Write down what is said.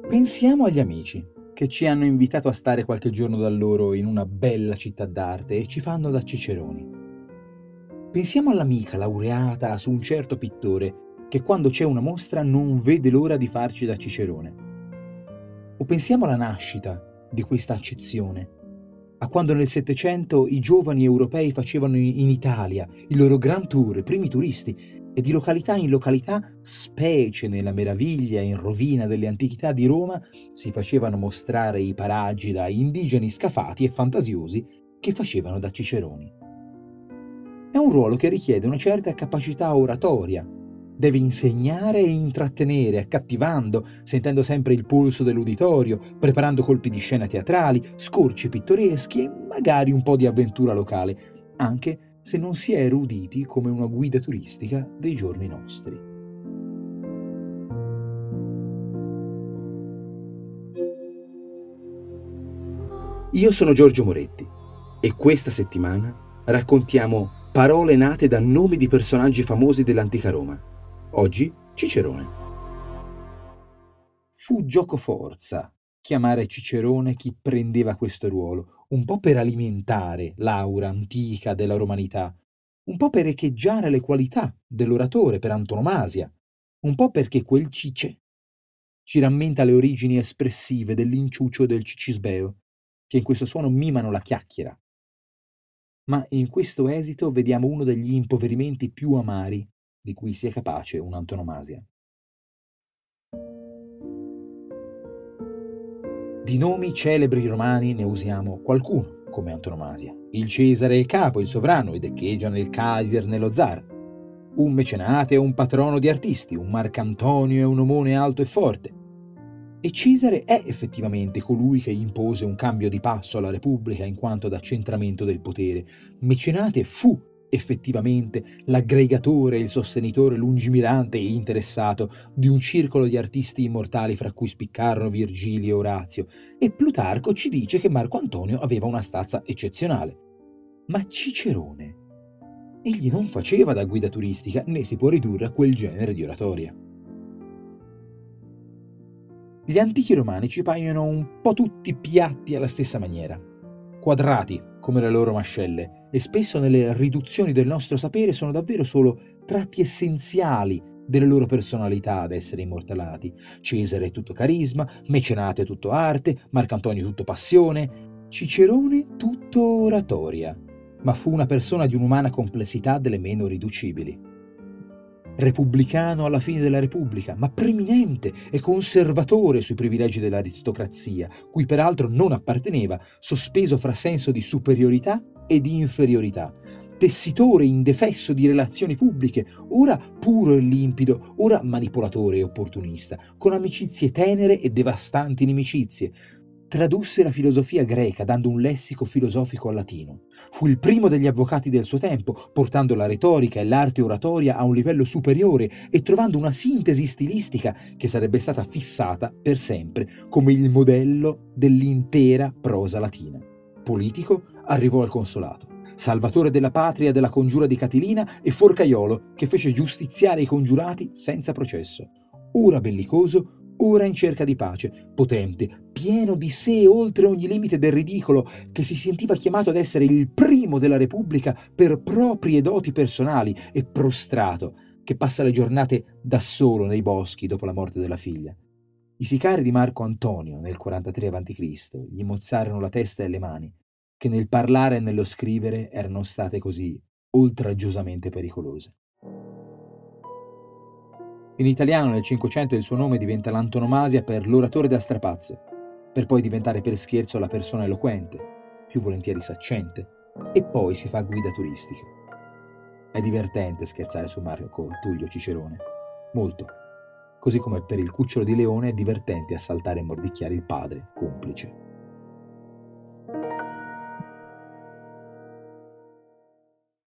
Pensiamo agli amici che ci hanno invitato a stare qualche giorno da loro in una bella città d'arte e ci fanno da ciceroni. Pensiamo all'amica laureata su un certo pittore che quando c'è una mostra non vede l'ora di farci da cicerone. O pensiamo alla nascita di questa accezione, a quando nel Settecento i giovani europei facevano in Italia il loro grand tour, i primi turisti, e di località in località, specie nella meraviglia e in rovina delle antichità di Roma, si facevano mostrare i paraggi da indigeni scafati e fantasiosi che facevano da ciceroni. È un ruolo che richiede una certa capacità oratoria. Deve insegnare e intrattenere, accattivando, sentendo sempre il polso dell'uditorio, preparando colpi di scena teatrali, scorci pittoreschi e magari un po' di avventura locale, anche se non si è eruditi come una guida turistica dei giorni nostri. Io sono Giorgio Moretti e questa settimana raccontiamo parole nate da nomi di personaggi famosi dell'antica Roma. Oggi Cicerone. Fu giocoforza chiamare Cicerone chi prendeva questo ruolo, un po' per alimentare l'aura antica della romanità, un po' per echeggiare le qualità dell'oratore per antonomasia, un po' perché quel Cice ci rammenta le origini espressive dell'inciucio e del cicisbeo, che in questo suono mimano la chiacchiera. Ma in questo esito vediamo uno degli impoverimenti più amari di cui sia capace un'antonomasia. Di nomi celebri romani ne usiamo qualcuno come antonomasia. Il Cesare è il capo, il sovrano, ed echeggia nel Kaiser, nello zar. Un mecenate è un patrono di artisti, un Marcantonio è un omone alto e forte. E Cesare è effettivamente colui che impose un cambio di passo alla Repubblica in quanto ad accentramento del potere. Mecenate fu effettivamente l'aggregatore e il sostenitore lungimirante e interessato di un circolo di artisti immortali fra cui spiccarono Virgilio e Orazio, e Plutarco ci dice che Marco Antonio aveva una stazza eccezionale. Ma Cicerone, egli non faceva da guida turistica né si può ridurre a quel genere di oratoria. Gli antichi romani ci paiono un po' tutti piatti alla stessa maniera, quadrati come le loro mascelle, e spesso nelle riduzioni del nostro sapere sono davvero solo tratti essenziali delle loro personalità ad essere immortalati. Cesare è tutto carisma, Mecenate è tutto arte, Marcantonio tutto passione, Cicerone tutto oratoria, ma fu una persona di un'umana complessità delle meno riducibili. Repubblicano alla fine della Repubblica, ma preminente e conservatore sui privilegi dell'aristocrazia, cui peraltro non apparteneva, sospeso fra senso di superiorità e di inferiorità, tessitore indefesso di relazioni pubbliche, ora puro e limpido, ora manipolatore e opportunista, con amicizie tenere e devastanti inimicizie. Tradusse la filosofia greca dando un lessico filosofico al latino. Fu il primo degli avvocati del suo tempo, portando la retorica e l'arte oratoria a un livello superiore e trovando una sintesi stilistica che sarebbe stata fissata per sempre come il modello dell'intera prosa latina. Politico, arrivò al consolato. Salvatore della patria della congiura di Catilina e forcaiolo che fece giustiziare i congiurati senza processo. Ora bellicoso, ora in cerca di pace, potente, pieno di sé oltre ogni limite del ridicolo, che si sentiva chiamato ad essere il primo della Repubblica per proprie doti personali, e prostrato, che passa le giornate da solo nei boschi dopo la morte della figlia. I sicari di Marco Antonio, nel 43 a.C., gli mozzarono la testa e le mani, che nel parlare e nello scrivere erano state così oltraggiosamente pericolose. In italiano nel Cinquecento il suo nome diventa l'antonomasia per l'oratore da strapazzo, per poi diventare per scherzo la persona eloquente, più volentieri saccente, e poi si fa guida turistica. È divertente scherzare su Marco Tullio Cicerone, molto, così come per il cucciolo di leone è divertente assaltare e mordicchiare il padre, complice.